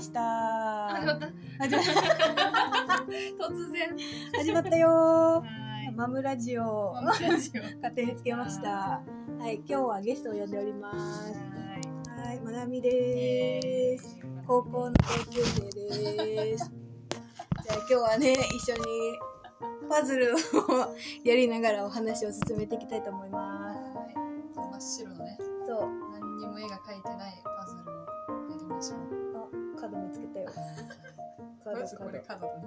した。 始まった。 始まった突然。 始まったよー。 マムラジオ。 マムラジオ。 勝手につけました。はい、今日はゲストを呼んでおります。はい、まなみでーす。高校の同級生でーす。じゃあ今日はね、一緒にパズルをやりながらお話を進めていきたいと思います。 はい。真っ白のね。 そう。 何にも絵が描いてないパズルをやりましょう。 あ、角見つけたよ。 まずこれ角だね。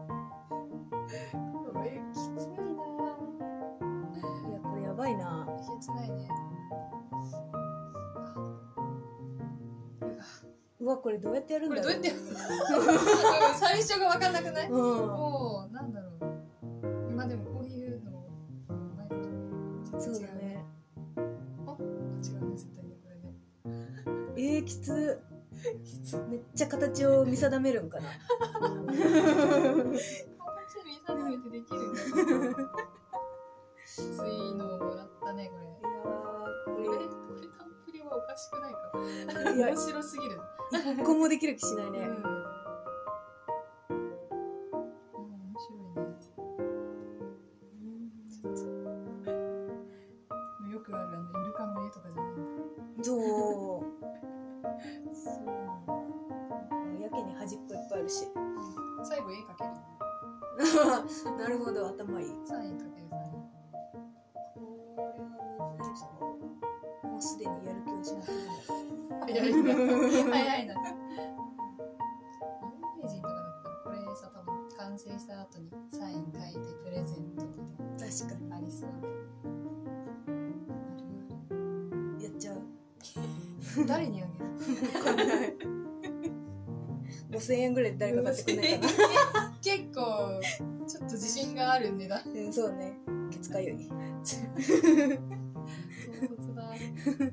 これきついなぁ。 いや、これやばいな。 きつないね。 うわ、これどうやってやるんだろう。 これどうやってやる最初が分かんなくない？もう、なんだろう。まあでもこういうのをないと。 そうだね。 あ、違うね、絶対ね、これね。 きつ。めっちゃ形を見定めるんかな。 形見定めてできるんだ。きついのをもらったね、これ。これタンプリはおかしくないか。面白すぎる。 一個もできる気しないね。 面白いね。ちょっとよくあるイルカの絵とかじゃないんだ。 そう。やけに端っこいっぱいあるし。 最後絵描ける。 なるほど、頭いい。 サイン描ける。 これはむずいぞ。もうすでにやる気をしなくなる。 早いな。早いな。有名人とかだったらこれさ、多分完成した後にサイン書いてプレゼントとか確かにありそうで。 やっちゃう。 誰にあげる？ わかんない。5000円ぐらいで誰か買ってくれないかな。 結構ちょっと自信がある値段。 そうね。ケツかゆい。 唐突だ。ちょっと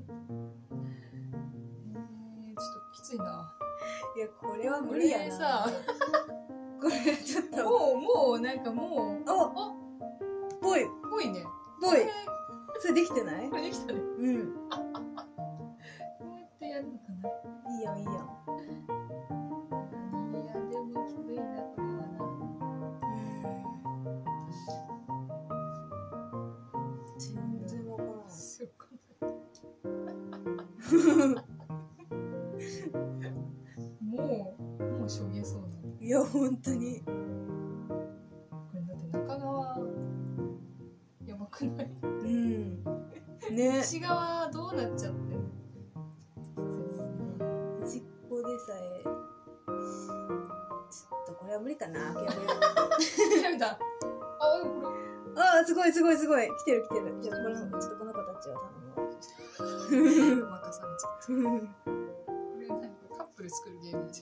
きついな。 いや、これは無理やな。 さ、 これちょっと。 もうなんかもう。 ぽい。 ぽいね。 ぽい。それできてない？ これできたね。 うん。 こうやってやるのかな。 いいやん、いいやん。 いや、でもきついな、これはな。 全然わからない。 すごい。もうしょげそうな。 いや、本当に。 これだって中側、やばくない？ うん。ね。 内側どうなっちゃってんの？ 端っこでさえ。ちょっとこれは無理かな。諦めよう。 やめた。 すごいすごいすごい。来てる来てる。じゃあちょっとこの子たちを頼むわ。 任されちゃった。これなんかカップル作るゲームじ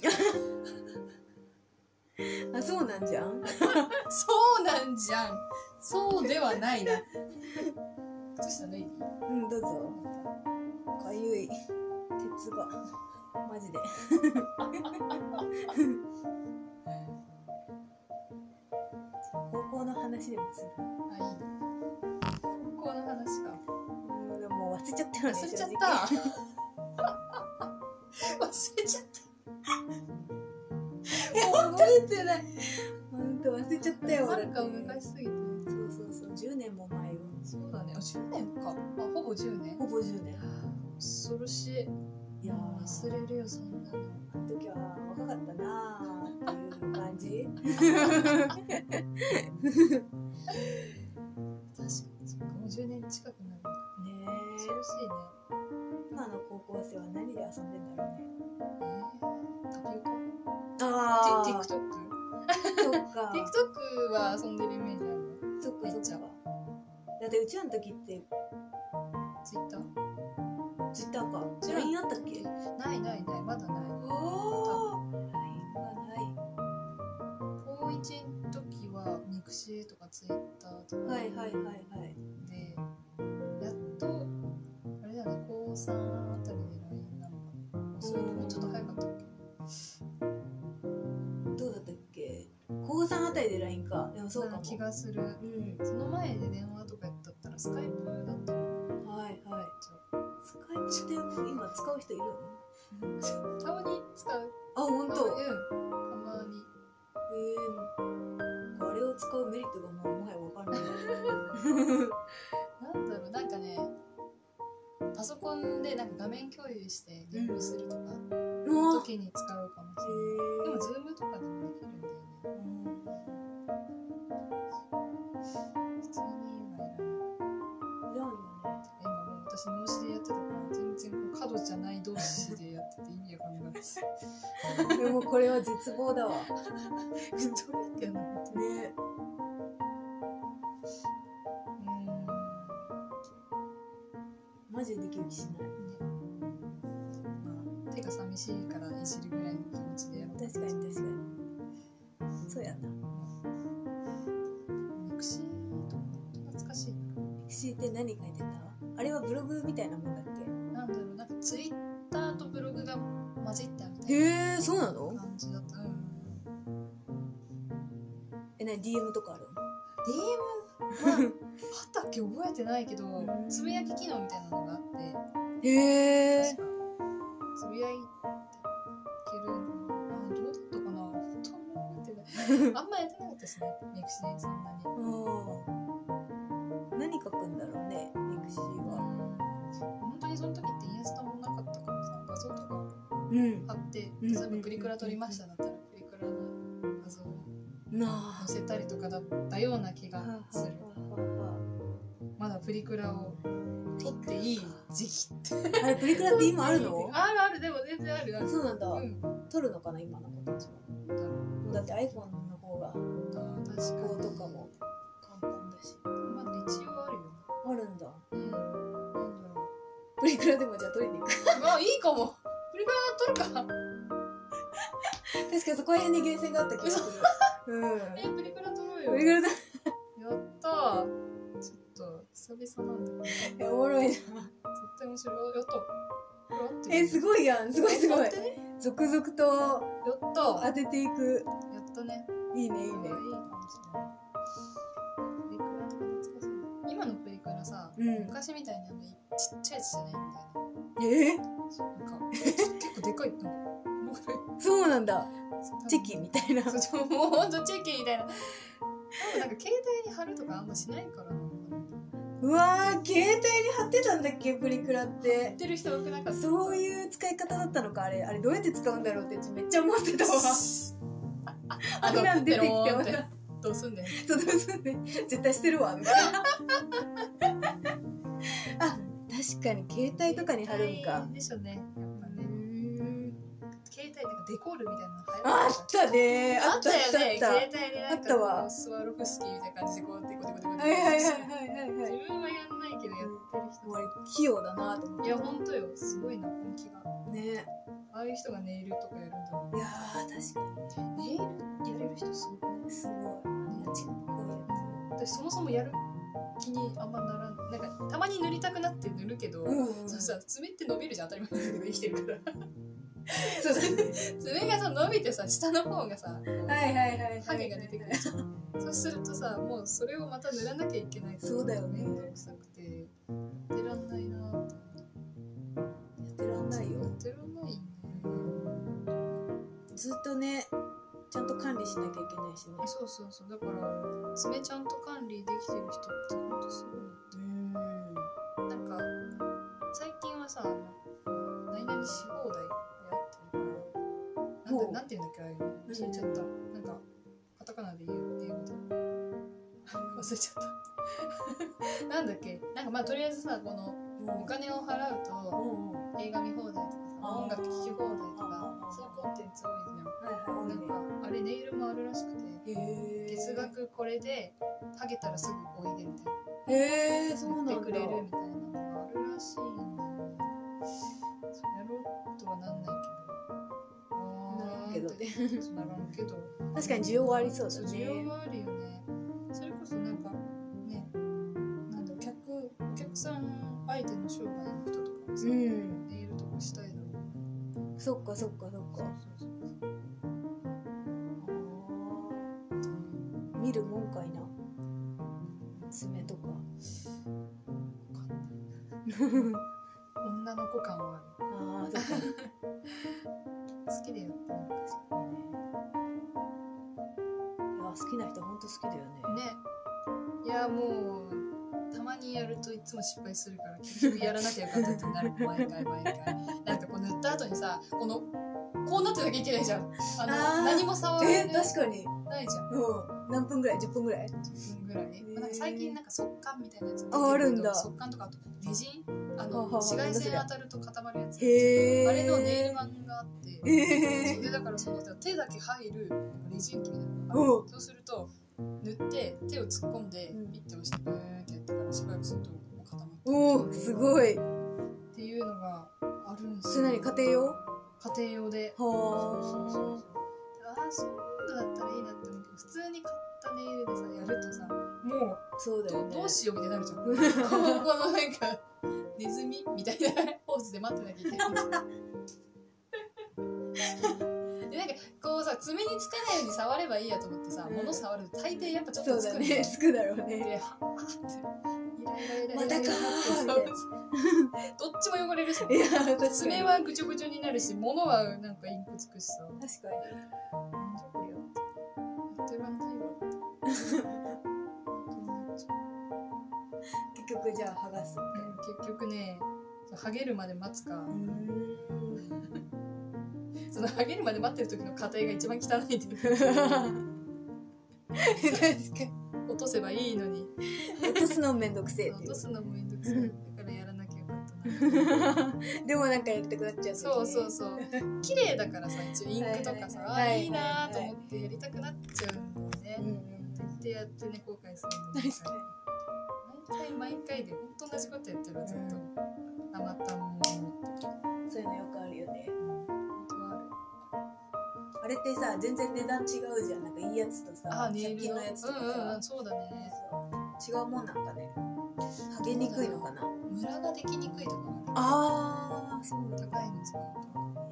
ゃん。 あ、そうなんじゃん。 そうなんじゃん。そうではないな。靴下脱いでいい？ うん、どうぞ。かゆい。鉄が。マジで。高校の話でもする。 あ、いいね。高校の話か。 でも忘れちゃったよね。 忘れちゃった。忘れちゃった。覚えてない。 ほんと忘れちゃったよ。 なんか昔すぎて。 そう。10年も前よ。 そうだね。10年か。あ、ほぼ10年。 ほぼ10年。 恐ろしい。いや忘れるよ、そんなの。 あの時は若かったなーっていう感じ。 確かに、そっか、もう10年近くなる。 ねえ。 恐ろしいね。 今の高校生は何で遊んでんだろうね。 タピオカ？ TikTok？ そっか。 TikTok は遊んでるイメージある。 そっかそっか。だってうちらの時って Twitter か。LINE あったっけ？ ない、まだない。 LINE がない。 高1の時はミクシーとか Twitter とか。 はい。 で、やっと、あれだね、高3あたりで LINE なのかな。それともちょっと早かったっけ？ どうだったっけ？高3あたりで LINE か。でもそうかも。 気がする。その前で電話とかやったったらスカイプだったの。 はい。スカイプって今使う人いるの？ たまに使う。 あ、ほんと。 たまに。 あれを使うメリットがもはやわかんない。 なんだろう、なんかね、パソコンでなんか画面共有してゲームするとか、時に使うかもしれない。でも、ズームとかでもできるんだよね。普通にはいらない。 いらんよね。 今もう私脳死でやってたから全然こう角じゃない同士でやってて意味わかんないです。 でもこれは絶望だわ。 どうやってやるのね。マジでできる気しない。 まあ、手が寂しいからいじるぐらいの気持ちでやる。 確かに確かに。そうやな。 ミクシーとか懐かしい。 ミクシーって何書いてた？あれはブログみたいなもんだっけ？ なんだろう、なんかツイッターとブログが混じってあるみたいへえ、そうなの？ な感じだった。 DM とかある？ DM はあったっけ覚えてないけど、つぶやき機能みたいなのがあって、 へえ。 確かつぶやいていける。どうだったかな。本当に覚えてない。あんまやってなかったですね、ミクシーそんなに。 何書くんだろうね、ミクシーは。 本当にその時ってインスタもなかったからさ、画像とか貼って、 うん例えばプリクラ撮りましただったらプリクラの画像を載せたりとかだったような気がする。まだプリクラを撮っていい時期って。 あれプリクラって今あるの？ あるある、でも全然ある。 そうなんだ。撮るのかな今の子たちは。だって iPhone の方が確かとかも簡単だし。 まだ一応あるよ。 あるんだ。 なんだろう。 プリクラでもじゃあ撮りに行く。 あ、いいかも。プリクラ撮るか。 確かそこら辺にゲーセンがあった気がする。 プリクラ撮ろうよ。 プリクラだ。 やったー。ちょっと久々なんだけど。 おもろいな。 絶対面白い。やった。 すごいやん。すごいすごい。続々とやった当てていく。 やったね。 いいねいいね。 いいかもしれない。プリクラとか懐かしい。今のプリクラさ、昔みたいにちっちゃいやつじゃないみたいな。なんか結構でかいの。 そうなんだ。チェキみたいな。 もうほんとチェキみたいな。なんか携帯に貼るとかあんましないからな。 うわー、携帯に貼ってたんだっけプリクラって。 貼ってる人多くなかった。 そういう使い方だったのかあれどうやって使うんだろうってめっちゃ思ってたわ。あんなん出てきてまた。 どうすんねん。 そうどうすんねん。絶対してるわみたいな。あ、確かに携帯とかに貼るんか。 でしょね。やっぱね。携帯なんかデコールみたいなのあったね。 あったよね。携帯でなんかスワロフスキーみたいな感じでこうデコデコデコ。 はいはいはいはいはい。 自分はやんないけどやってる人。 もう器用だなと思って。 いや本当よ。すごいな本気が。 ね。 ああいう人がネイルとかやるんだろう。 いやー確かに。ネイルやれる人すごくない？ すごい。ちっこいやつ。 私そもそもやる気にあんまならん。なんかたまに塗りたくなって塗るけど、そうさ爪って伸びるじゃん当たり前だけど生きてるから。そう爪がさ伸びてさ下の方がさ、ハゲが出てくるじゃん。そうするとさもうそれをまた塗らなきゃいけないから。 そうだよね。 めんどくさくてやってらんないなーって。 やってらんないよ。 やってらんないね。 ずっとねちゃんと管理しなきゃいけないしね。 そうそうそう。だから爪ちゃんと管理できてる人ってほんとすごい。なんか最近はさ何々し放題なんて言うんだっけあれ聞いちゃった。なんかカタカナで言う英語で忘れちゃったなんだっけ。なんかまあとりあえずさこのお金を払うと映画見放題とかさ音楽聴き放題とかそういうコンテンツ多いじゃん。なんかあれネイルもあるらしくて月額これでハゲたらすぐおいでみたいな。 へえ、そうなんだ。 言ってくれるみたいなのがあるらしいんだよね。やろうとはなんないけど。ならんけど。 確かに需要はありそうだね。 需要はあるよね。それこそなんかね、なんだお客さん相手の商売の人とかもさ、ネイルとかしたいだろう。 そっかそっかそっか。見るもんかいな。爪とか。 女の子感はある。 ああ、そっか。 好きだよってなんかいや、好きな人ほんと好きだよね。 ね。いやもうたまにやるといつも失敗するから結局やらなきゃよかったってなるの毎回。なんかこう塗った後にさ、こうなってなきゃいけないじゃん。何も触れ確かに。 ないじゃん。 何分ぐらい？ 10 分ぐらい ？10分ぐらい。なんか最近なんか速乾みたいなやつあるんだ。 速乾とかあとレジン、紫外線当たると固まるやつ。あれのネイル版があって、それだからその手だけ入るレジン機みたいなのが、そうすると塗って手を突っ込んでピッて押してブーンってやってからしばらくするともう固まって。 おお、すごい。 っていうのがあるんですよ。 それ何？家庭用？ 家庭用で。 はあ。 そういうのだったらいいなって思うけど、普通に買ったネイルでさやるとさ、もうそうだよね。 どうしようみたいになるじゃん。このなんかネズミみたいなポーズで待ってなきゃいけない。でなんかこうさ、爪につかないように触ればいいやと思ってさ、物触ると大抵やっぱちょっとつくんだよね。 つくだろうね。 で、はぁってまたかーみたいな。 どっちも汚れるし、 いや、確かに。 爪はぐちょぐちょになるし、物はなんかインクつくしさ。 確かに。 なんじゃこりゃ。やってらんないわ。 結局じゃあ剥がす。 結局ね、剥げるまで待つか。その剥げるまで待ってる時の過程が一番汚いっていう。 確かに。 落とせばいいのに。 落とすのめんどくせえっていう。 落とすのもめんどくさい。だからやらなきゃよかったな。 でもなんかやりたくなっちゃう。 そう。綺麗だからさ、一応インクとかさ、いいなと思ってやりたくなっちゃうんだよね。ってやってね、後悔するんだよね。毎回で、ほんと同じことやってるわ、ずっと。たまったもん。 そういうのよくあるよね。あれってさ、全然値段違うじゃん。なんかいいやつとさ、100均のやつとかさ。 そうだね。 違うもんなんかね。剥げにくいのかな。 ムラができにくいとかああ、そうなんだ。 高いの使うと。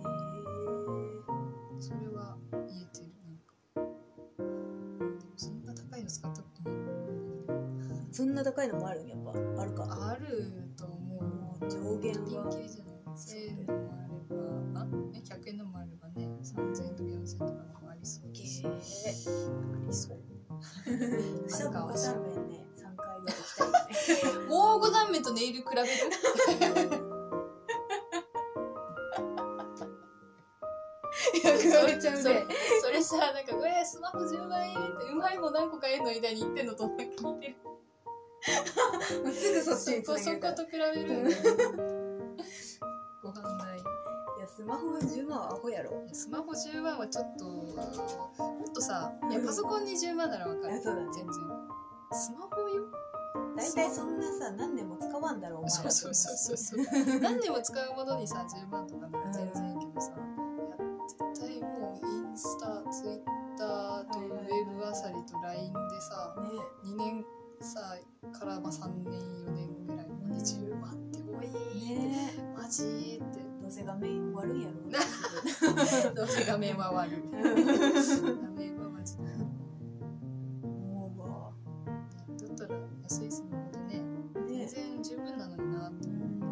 それは言えてる。なんか。そんな高いの使ったことない。 そんな高いのもあるんやっぱ。あるか。 あると思う。 上限は。 ピンキリじゃない。1000円のもあれば、100円のもあればね、3000円とか4000円とかもありそうですし。ありそう。 しかも5段面ね、3回ぐらい行きたいよね。 もう5段目とネイル比べる言われちゃうね。 それさ、なんか、スマホ10万円ってうまいもん何個買えんのみたいに言ってんのとなんか似てる。 すぐそっちにそこと比べる。ご飯代。 いや、スマホ10万はアホやろ。 スマホ10万はちょっと、もっとさ、いや、パソコンに10万ならわかる。 そうだね。 全然。スマホよ。 大体そんなさ、何年も使わんだろう、お前ら。 そう。何年も使うものにさ、10万とかなら全然いいけどさ、いや、絶対もうインスタ、ツイッターとウェブあさりと LINE でさ、2年さから3年、4年ぐらいまで10万って多いね。マジって。 どうせ画面悪いやろ。 どうせ画面は悪い。画面はマジで。 もうわ。 だったら安いスマホでね、全然十分なのになって。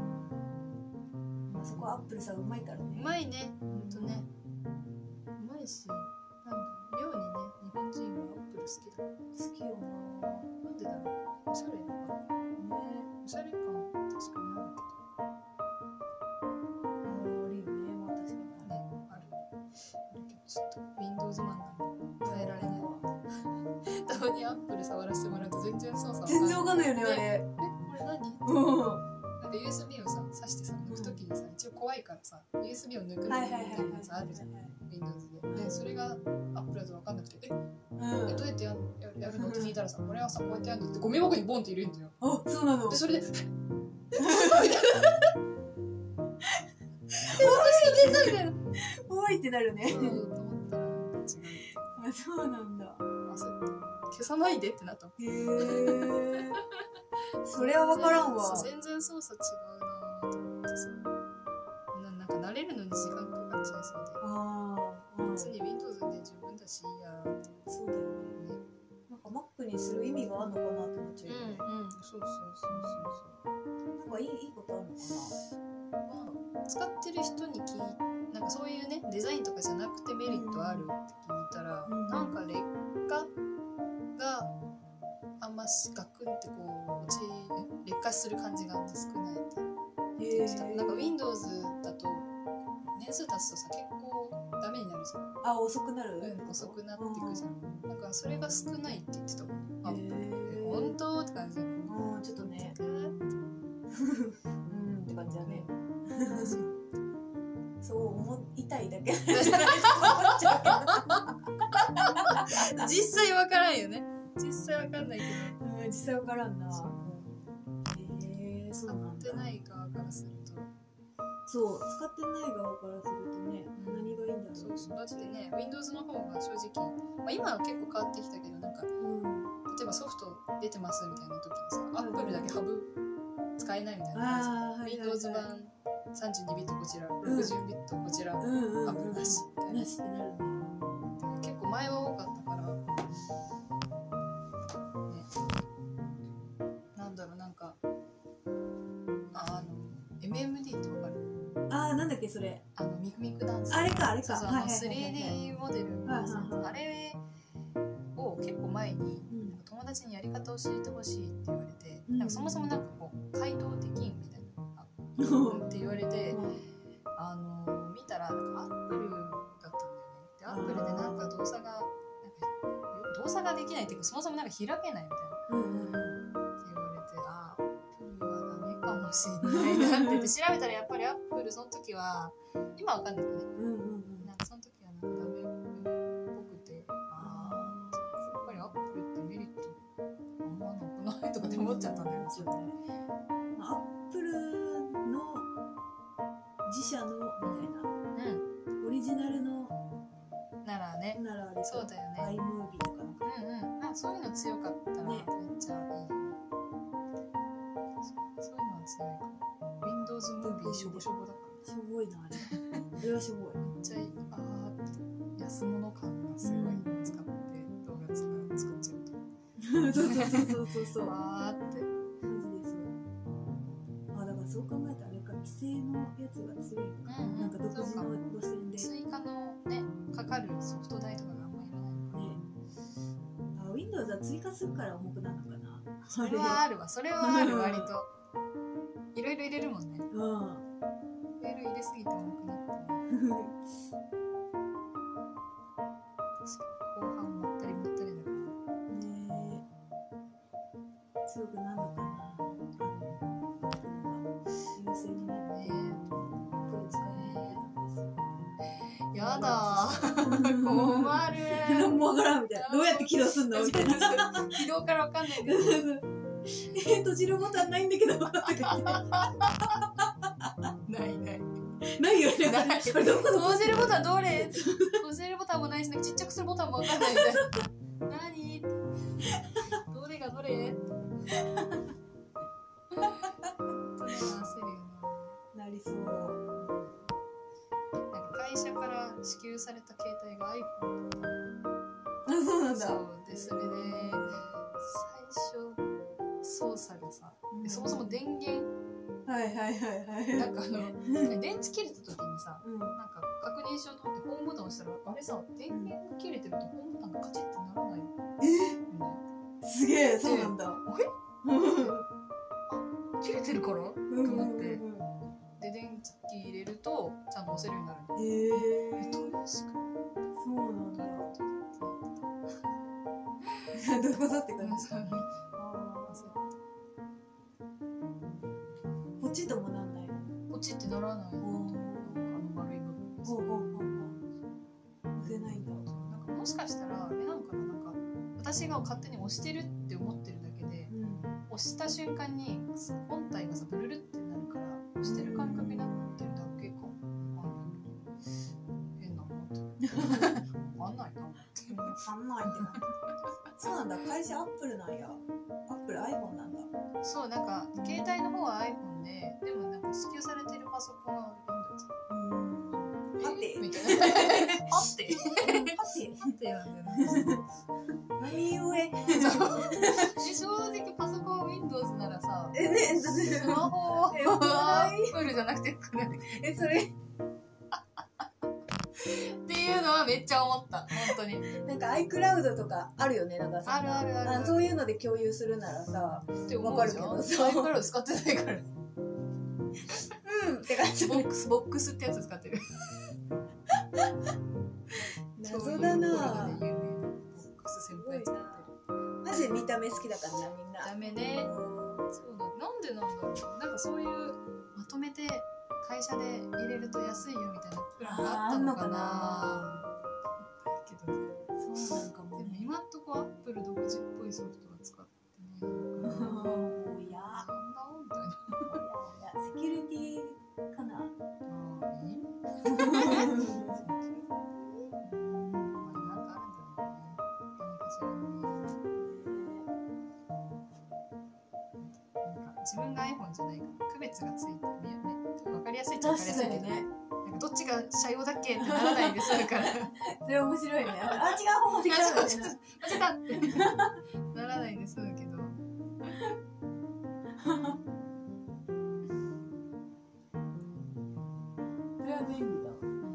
そこはアップルさんうまいからね。 うまいね、ほんとね。うまいし、なんだ妙にね、日本人はアップル好きだ。 好きよな。 なんでだろう。おしゃれだからね。おしゃれ感確かにあるけど。 悪いよね、まあ確かに。 ね、あるけど、ちょっと Windows マンなんで耐えられないわ。たまにアップル触らせてもらうと全然操作全然わかんないよね、あれ。 これ何？なんか USB をさ、挿してさ、抜くときにさ、一応怖いからさ、USB を抜くみたいなやつあるじゃん。Windows で。で、それが Apple だとわかんなくて、どうやってやるのって聞いたらさ、これはさ、こうやってやるんだってゴミ箱にボンって入れるんだよ。 あ、そうなの。 で、それで、 怖いってなるね。 と思ったら違う。 あ、そうなんだ。 消さないでってなった。 へえ。それはわからんわ。 全然操作違うなと思ってさ。なんか慣れるのに時間かかっちゃいそうで。別に Windows で十分だしいいやって。 そうだよね。なんか Mac にする意味があるのかなって思っちゃうよね。 そう。 なんかいいことあるのかな。 使ってる人になんかそういうねデザインとかじゃなくてメリットあるって聞いたら、なんか劣化があんまガクンってこう劣化する感じがあんま少ないって言ってた。なんか Windows だと年数経つとさ結構ダメになるじゃん。 あ、遅くなる？ 遅くなっていくじゃん。なんかそれが少ないって言ってたもん。あ、本当って感じ。 ちょっとね。って感じだね。そう思いたいだけ。 実際わからんよね。実際わかんないけど。 実際わからんな。 使ってない側からすると。 そう、使ってない側からするとね、何がいいんだろう。 そうだってね、Windows の方が正直、今は結構変わってきたけど、なんか、例えばソフト出てますみたいな時にさ、Apple だけハブ使えないみたいな感じ。Windows 版32ビットこちら、60ビットこちら、Apple なしみたいな。なしってなるね。結構前は多かったから、ね、なんだろう、なんか、MMD ってわかる？ なんだっけそれ。 ミクミクダンス。 あれか。 そう、3D モデルのさ、あれを結構前に、友達にやり方を教えてほしいって言われて、なんかそもそもなんかこう解凍できんみたいなって言われて、見たらなんか Apple だったんだよね。で Apple でなんか動作ができないっていうか、そもそもなんか開けないみたいなって言われて、Apple はダメかもしれないなって言って調べたら、やっぱり Apple その時は今わかんないけどね、なんかその時はなんかダメっぽくて、やっぱり Apple ってメリットあんまなくないとかって思っちゃったんだよね。 Apple の自社のみたいな、オリジナルのならね、そうだよね。 iMovie とかなんかそういうの強かったらめっちゃいい。そういうのは強いかも。Windows ムービーしょぼしょぼだから。 しょぼいなあれ。あれはしょぼい。 めっちゃいい。安物感がすごい使って動画作っちゃうと。 そう。 わーって。 マジです。だからそう考えたらあれか、規制のやつが強いのか。なんか独自の路線で。 追加のね、かかるソフト代とかがあんまいらないね。 Windows は追加するから重くなるのかな。 それはあるわ。それはある、割と。いろいろ入れるもんね。いろいろ入れすぎて重くなって。確かに後半まったりだからね。 強くなるのかな。優勢になってこれ使えない。 やだー。困る。 何もわからんみたいな。どうやって起動すんのみたいな。 起動からわかんないです。 閉じるボタンないんだけど。ないよね。 閉じるボタンどれ？閉じるボタンもないし、ちっちゃくするボタンもわかんないみたいな。何？どれがどれ？ なりそう。 なんか会社から支給された携帯が iPhone だった。 そうなんだ。 そうで、それで最初操作がさ、そもそも電源なんか電池切れた時にさ、なんか確認しようと思ってホームボタン押したら、あれさ、電源が切れてるとホームボタンがカチッてならない。 すげえ、そうなんだ。 切れてるからと思って、で電気入れるとちゃんと押せるようになる。どういう仕組み？ そうなんだ。どういうことって感じ。ポチッともなんないの？ ポチってならない。丸い部分です。 押せないんだ。 なんかもしかしたらあれなんかな、なんか私が勝手に押してるって思ってるだけで、押した瞬間に本体がさブルルってなるから押してる感覚になってるだけかも。変なのってあんないかもってあんないってなそうなんだ。会社アップルなんや。アップル iPhone なんだ。 そう、なんか携帯の方は iPhone で、でもなんか支給されてるパソコンは Windows。 はてみたいな。はてなんだよね。 何故正直パソコン Windows ならさ、 ね、 スマホプールじゃなくてよくない？ それっていうのはめっちゃ思った、本当に。 なんか iCloud とかあるよね、なんかあるあるある。 そういうので共有するならさ、わかるけどさ、 iCloud 使ってないから。 って感じ。 ボックスってやつ使ってる。 謎だな。 ボックス先輩使ってる。 マジで見た目好きだからな、みんな。 ダメね。そうだ。なんでなんだろう。なんかそういうまとめて会社で入れると安いよみたいなプランがあったのかな。けどそうなんかも。 でも今んとこアップル独自っぽいソフトは使ってない。 もういや。 なんだみたいな。 セキュリティかな。 自分が iPhone じゃないから区別がついてね、分かりやすいっちゃ分かりやすいけどね。なんかどっちが社用だっけってならないで済むから。 それ面白いね。あ、違う方で違う。 間違ったってならないで済むけど。 それは便利だわ。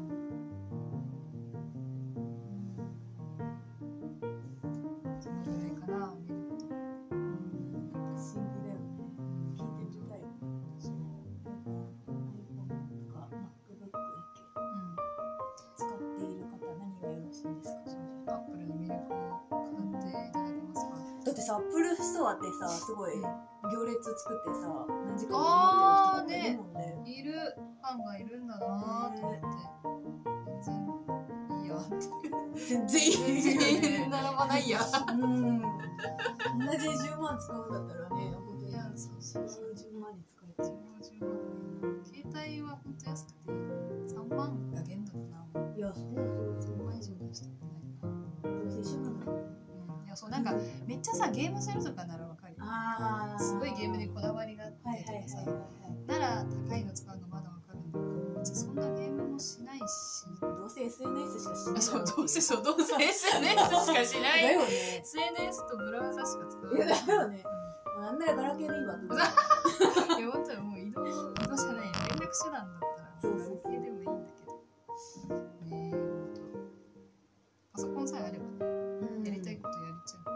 そのぐらいかな、見ること。 不思議だよね。聞いてみたい。そう。iPhone とか MacBook だっけ。使っている方、何がよろしいですか。 アップルの魅力を語っていただけますか。 だってさ、アップルストアってさ、すごい行列作ってさ、何時間も待ってる人とかいるもんね。 いるファンがいるんだなと思って、全然いいやって。 全然いい。 並ばないや。 同じ10万使うんだったらね、本当に。いや、そう10万に使えちゃう。 10万。携帯は本当安くて3万が限度だな。 いや、そう 3万以上出したくないな。 どうせ一緒なんだよ。 いや、そう、なんかめっちゃさ、ゲームするとかならわかるよ。すごいゲームにこだわりがあってとかさ、なら高いの使うのまだわかるんだけど、別にそんなゲームもしないし、 どうせ SNS しかしない。 そう、どうせ SNS しかしない。 だよね。 SNS とブラウザしか使わない。 いや、だよね。なんならガラケーでいいわって。 いや、本当にもう移動じゃない、連絡手段だったらガラケーでもいいんだけど。パソコンさえあればやりたいことやれちゃう。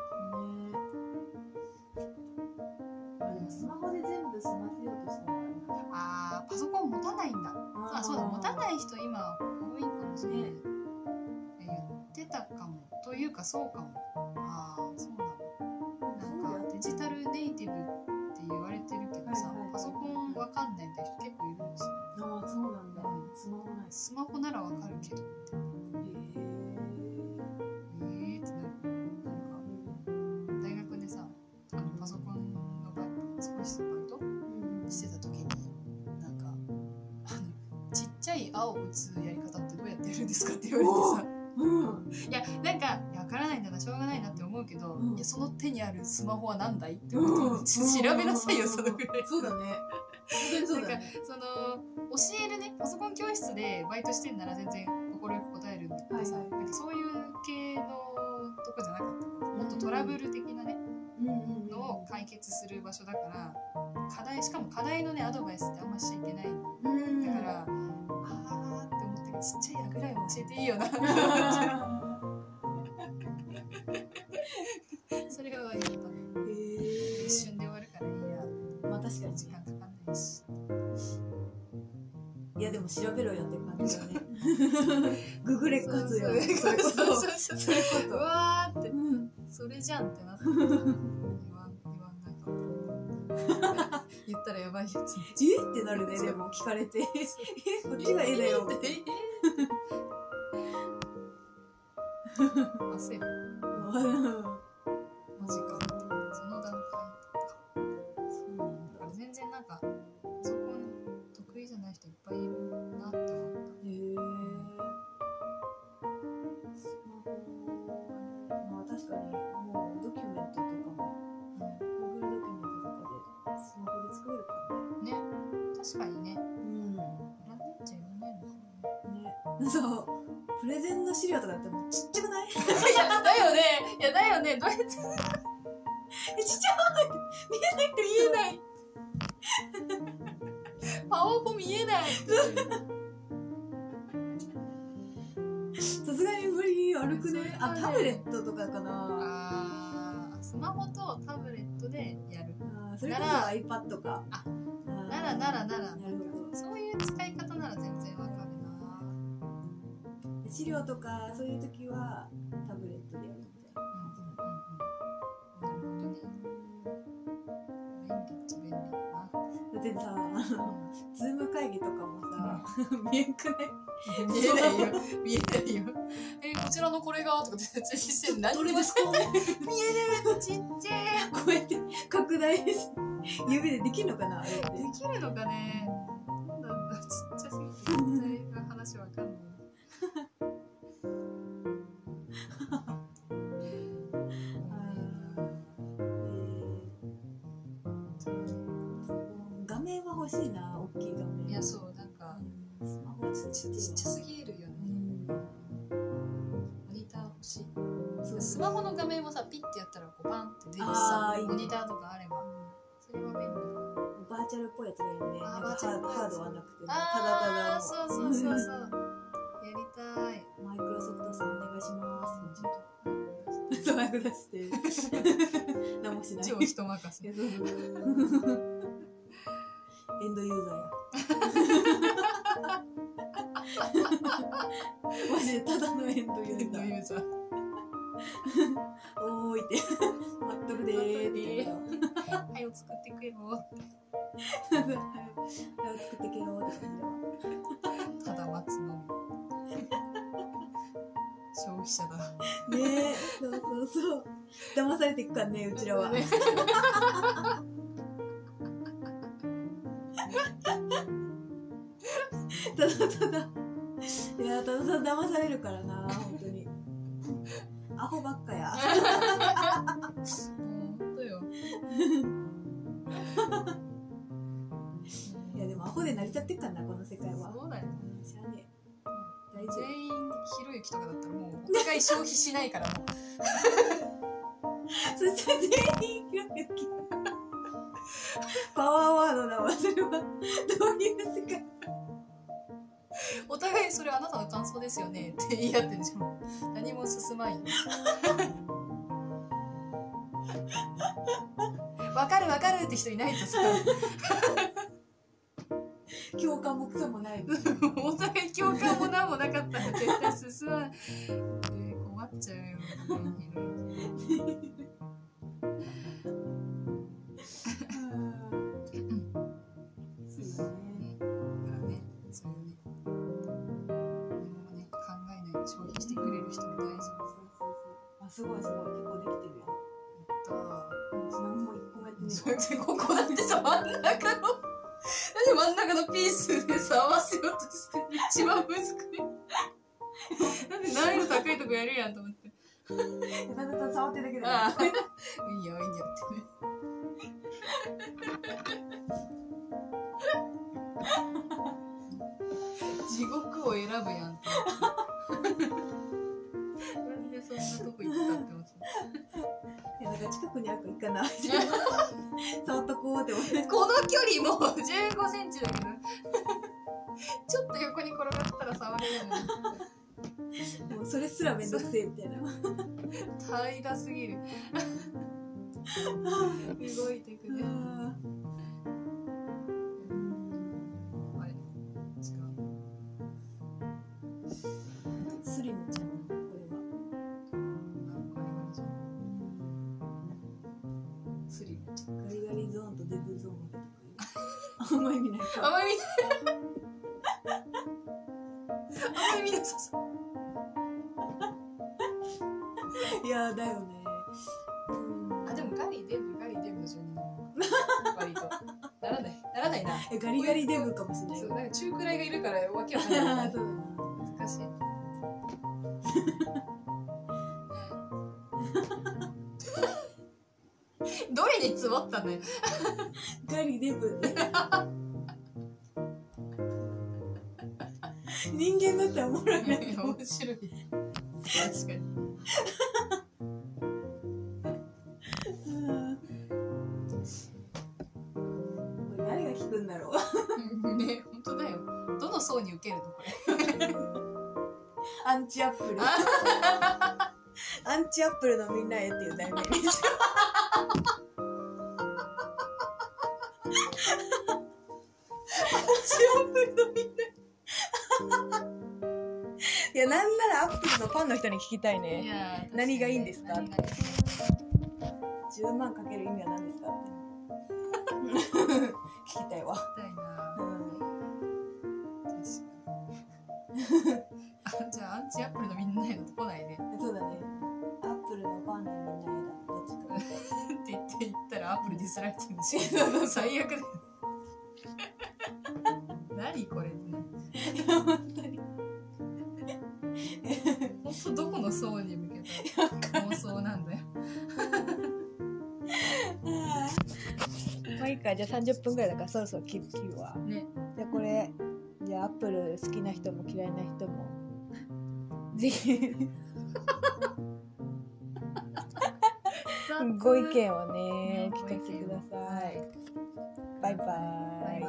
スマホで全部済ませようとしたら。 パソコン持たないんだ。そうだ、持たない人今多いかもしれない。言ってたかも。というかそうかも。そうなの。なんかデジタルネイティブって言われてるけどさ、パソコンわかんないって人結構いるんですよ。 そうなんだ。スマホない。 スマホならわかるけどって。ってなる。なんか大学でさ、パソコンのバイト、少しバイトしてた時に、なんかちっちゃい青を打つやり方ってどうやってやるんですかって言われてさ。いや、なんかわからないんだな、しょうがないなって思うけど、いや、その手にあるスマホは何だいって思って、調べなさいよ、そのぐらい。 そうだね。 なんかその教えるね、パソコン教室でバイトしてんなら全然快く答えるんだけどさ、なんかそういう系のとこじゃなかった。もっとトラブル的なね、のを解決する場所だから、しかも課題のね、アドバイスってあんましちゃいけない。だからって思ったけど、ちっちゃいやぐらいは教えていいよな。それがやっぱね、一瞬で終わるからいいや。 まあ確かに時間かかんないし。 いやでも調べろよって感じだね。ググレ活用。 それこそ。うわーって、それじゃんってなって。言わんないか。言ったらやばいやつ。 ってなるね、でも聞かれて。こっちが絵だよって。 焦る。マジかって。その段階か。全然なんか、そこに得意じゃない人いっぱいいるなって思った。 スマホ、まあ確かにもうドキュメントとかも、Google ドキュメントとかでスマホで作れるからね。確かにね。いらないっちゃいらないのかな。 ね。そう。プレゼンの資料とかだってもうちっちゃくない？ いや、だよね。いや、だよね。どうやって。ちっちゃい見えないって言えない。 パワポ見えない。 さすがに無理歩くね。あ、タブレットとかかな。 あ、スマホとタブレットでやる。 それこそ iPad か。 ならなるほど。 そういう使い方なら全然わかるな。 資料とかそういう時はタブレットでやるみたいな。 なるほどね。便利っちゃ便利だな。 だってさ、ズーム会議とかもさ、見えんくない？ 見えないよ。見えないよ。こちらのこれがとか説明して何どれですか？ 見える。ちっちゃい。 こうやって拡大指でできるのかな？あれって。 できるのかね。なんだろう、ちっちゃすぎて全然話わかんない。 画面は欲しいな、大きい画面。 いや、そう、なんか、 スマホちっちゃい。 ちっちゃすぎるよね。モニター欲しい。スマホの画面もさ、ピッてやったらこうバンって出るしさ、モニターとかあれば、それは便利。 バーチャルっぽいやつがいいね。なんかハードはなくて、ただただの。 そうそうそうそう。やりたい。 マイクロソフトさんお願いします。ちょっとマイク出して。何もしない。 超人任せ。 エンドユーザーや。マジでただのエンドユーザー。おーいって待っとるでーってはよ作ってくれよってはよ作ってけよって感じただ待つのみ消費者だねえ、そうそうそう騙されていくからね、うちらはただただいや、ただただ騙されるからな、本当にアホばっかや本当よいやでもアホで成り立ってっからな、この世界は。 そうだよ、 しゃあねえ、大丈夫。 全員ひろゆきとかだったらもうお互い消費しないからもうそしたら全員ひろゆきパワーワードだわ、それはどういう世界。 お互いそれあなたの感想ですよねって言い合ってんでしょ。何も進まんよわかるわかるって人いないとさ共感もクソもないお互い共感も何もなかったら絶対進まない、困っちゃうよ消費してくれる人も大事。 あ、すごいすごい、結構できてるやん。何も一個もやってねえ。 ここだってさ、真ん中のなんで真ん中のピースでさ合わせようとして一番むずくねなんで難易度高いとこやるやんと思ってただただ触ってるだけで。 ああいいよいいよってね地獄を選ぶやんってなんでそんなとこ行ったって思っていや、なんか近くにあるかいいかな触っとこうって思って。 この距離もう15センチだけどちょっと横に転がったら触れるのにもうそれすらめんどくせえみたいな平らすぎる動いてくねあれ違うスリムちゃん、これはなんかあれじゃんスリムちゃんガリガリゾーンとデブゾーンとかあんま意味ないか。 あんまり見なさそういやだよね。 あ、でもガリデブの順に割とならないな。 ガリガリデブかもしれない。 そう、なんか中くらいがいるからわけわかんないそうだな。 難しいどれに詰まったのよガリデブって人間だったらおもろいね。 面白い確かにこれ誰が聞くんだろう層に受けるのこれ。 アンチアップル。アンチアップルのみんなへっていう題名にしよいや、なんならアップルのファンの人に聞きたいね。 いや何がいいんですか何がいい 10万かける意味は何ですかって聞きたいわ。 みたいな。確かに。じゃあアンチアップルのみんなへのとこないね。 そうだね。アップルのファンのみんなへだ。どっちか。 って言ったらアップルディスられてるんでしょ。最悪だよ。何これって。 本当に。 本当どこの層に向けた妄想なんだよ。 まあいいか、じゃあ30分ぐらいだからそろそろ切るわ。 ね。 じゃあこれ、じゃあアップル好きな人も嫌いな人もぜひご意見をね、お聞かせください。バイバイ。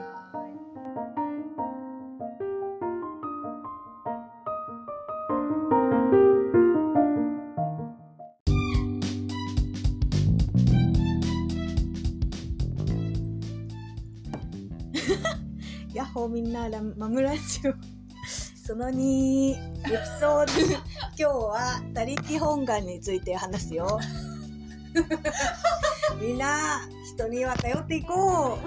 ヤッホーみんなマムラジオその2エピソード今日は他力本願について話すよみんな人には頼っていこう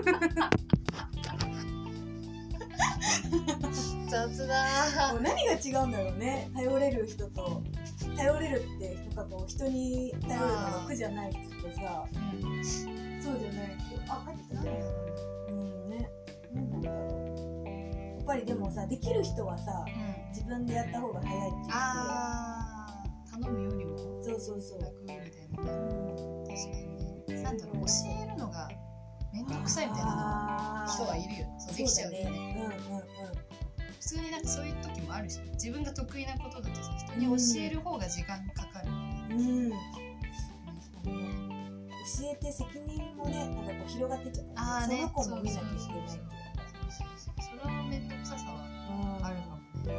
雑だ。 もう何が違うんだろうね。頼れる人と頼れるって人かこう人に頼るのが苦じゃない人とさ、そうじゃない人。あ、帰ってきたね。ね。なんだろう。やっぱりでもさ、できる人はさ、自分でやった方が早いって言って。 頼むよりも。 そうそうそう。 楽みたいな。確かにね。なんだろう、教えるのがめんどくさいみたいな人はいるよ。そうできちゃうよね。普通になんかそういう時もあるし、自分が得意なことだとさ、人に教える方が時間かかる。 教えて責任もね、なんかこう広がってっちゃう。その子も見なきゃいけない。 それはめんどくささはあるかもね。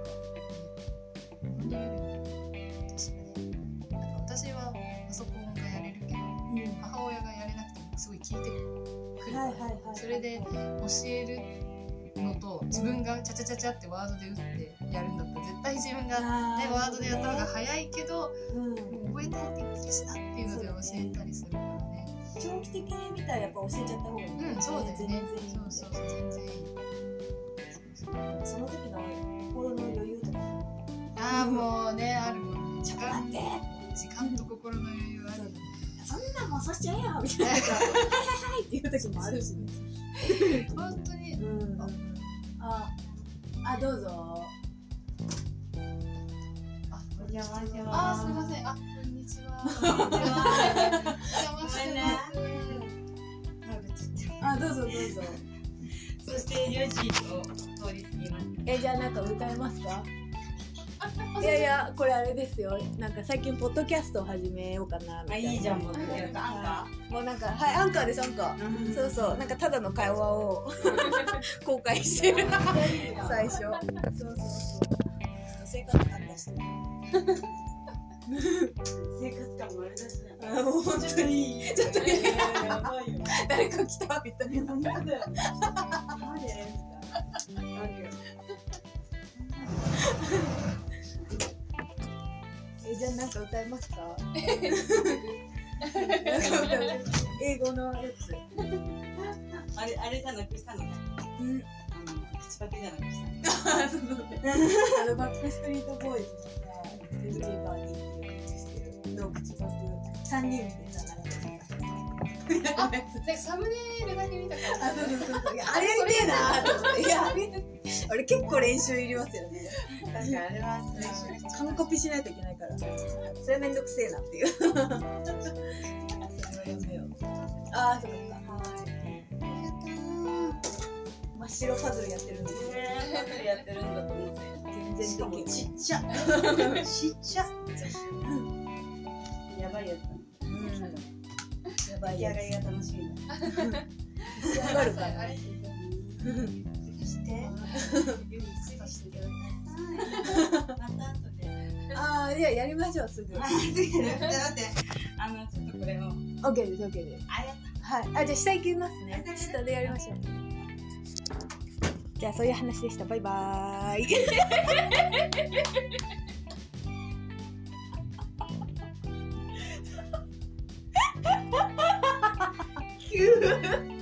確かに。なんか私はパソコンがやれるけど、母親がやれなくてもすごい聞いてくる。それで教えるのと自分がチャチャチャチャってワードで打ってやるんだったら絶対自分が、ね、ワードでやった方が早いけど、覚えたいって言ってるしなっていうので教えたりするからね。 長期的に見たらやっぱ教えちゃった方がいい。 そうだよね。そう全然いい。 その時の心の余裕とか。 もうね、あるもんね。 ちょっと待って。 時間と心の余裕ある。 そんなんもうそうしちゃえよみたいな。はいっていう時もあるしね。 本当に。 どうぞ。お邪魔します。 すみません。こんにちは。お邪魔してます。 どうぞ。 そしてリュウジーと通り過ぎます。 じゃあなんか歌えますか？いやこれあれですよ。なんか最近ポッドキャストを始めようかなみたいな。 いいじゃんもうアンカー。もうなんかアンカーですアンカー。そうなんかただの会話を公開してる最初。そう生活感出してる。 生活感丸出しだ。 本当にちょっとやばいよ。誰か来たみたいな。 本当だよ。 じゃあなんか歌えますか？英語のやつ。 あれじゃなくしたのね。口パクじゃなくした。 バックストリートボーイズとかエブリバディっていうしてるの口パク3人でさサムネイルだけ見たから。 あれ見てえなと思って。いやあれ結構練習いりますよね。 確かにあれは練習完コピしないといけないから。それめんどくせえなっていう。それはやめよう。そうか。はい。真っ白パズルやってるんですよ。 パズルやってるんだと思って。 全然できちっちゃ。やばいやつだ。 やばいやつ。 出来上がりが楽しいんだ。 やばるかな。 そしてさせていただきます。 また後で。 ああ、いや、やりましょう、すぐ。 じゃあ待って、ちょっとこれを。 オッケーです、オッケーです。はい。あ、じゃあ下行きますね。下でやりましょう。じゃあそういう話でした。バイバーイ。